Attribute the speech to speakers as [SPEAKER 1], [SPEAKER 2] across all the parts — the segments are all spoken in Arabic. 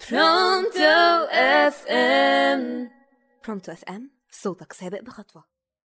[SPEAKER 1] برونتو اف ام. برونتو اف ام، صوتك سابق بخطوة.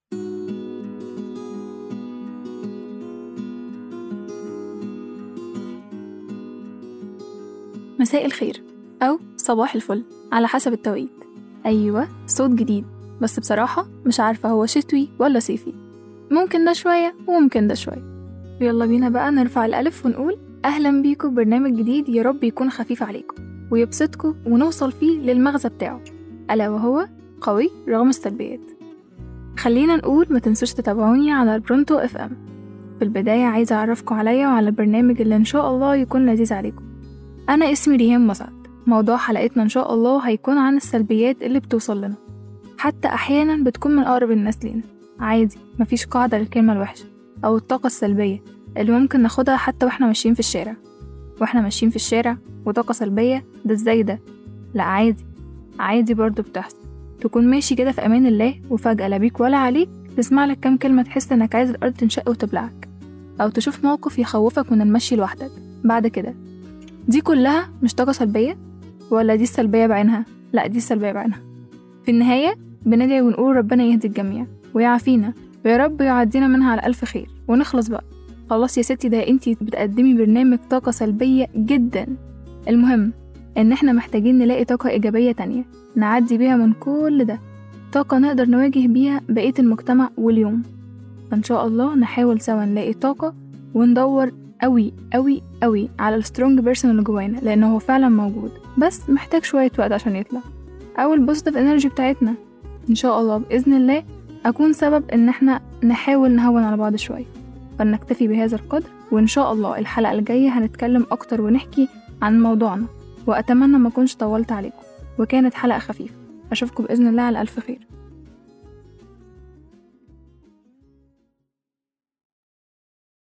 [SPEAKER 2] مساء الخير أو صباح الفل على حسب التوقيت. أيوة، صوت جديد، بس بصراحة مش عارفة هو شتوي ولا صيفي. ممكن ده شوية وممكن ده شوية. يلا بينا بقى نرفع الألف ونقول أهلا بيكم برنامج جديد، يا رب يكون خفيف عليكم ويبسطكم ونوصل فيه للمغزى بتاعه، ألا وهو قوي رغم السلبيات. خلينا نقول ما تنسوش تتابعوني على برونتو اف ام. في البداية عايزة أعرفكم عليا وعلى البرنامج اللي إن شاء الله يكون لذيذ عليكم. أنا اسمي ريهام مسعد. موضوع حلقتنا إن شاء الله هيكون عن السلبيات اللي بتوصل لنا، حتى أحيانا بتكون من أقرب الناس لينا. عادي، مفيش قاعدة للكلمة الوحشة أو الطاقة السلبية اللي ممكن ناخدها حتى وإحنا ماشيين في الشارع وطاقة سلبية. ده إزاي ده؟ لا، عادي برضو بتحصل. تكون ماشي كده في أمان الله وفجأة لا بيك ولا عليك تسمع لك كام كلمة تحس إنك عايز الأرض تنشق وتبلعك، أو تشوف موقف يخوفك من المشي لوحدك. بعد كده دي كلها مش طاقة سلبية؟ ولا دي السلبية بعينها؟ لا، دي السلبية بعينها. في النهاية بندعي ونقول ربنا يهدي الجميع ويعافينا، ويا رب يعدينا منها على ألف خير ونخلص بقى. خلاص يا ستي، ده انتي بتقدمي برنامج طاقة سلبية جدا. المهم ان احنا محتاجين نلاقي طاقة إيجابية تانية نعدي بيها من كل ده، طاقة نقدر نواجه بيها بقية المجتمع واليوم. فإن شاء الله نحاول سوا نلاقي طاقة وندور قوي قوي قوي على السترونج بيرسون اللي جوانا، لأنه هو فعلا موجود، بس محتاج شوية وقت عشان يطلع، أو البوزيتيف انرجي بتاعتنا. إن شاء الله بإذن الله أكون سبب إن احنا نحاول نهون على بعض شوية. فلنكتفي بهذا القدر، وإن شاء الله الحلقة الجاية هنتكلم أكتر ونحكي عن موضوعنا، وأتمنى ما كنش طولت عليكم وكانت حلقة خفيفة. أشوفكم بإذن الله على ألف خير.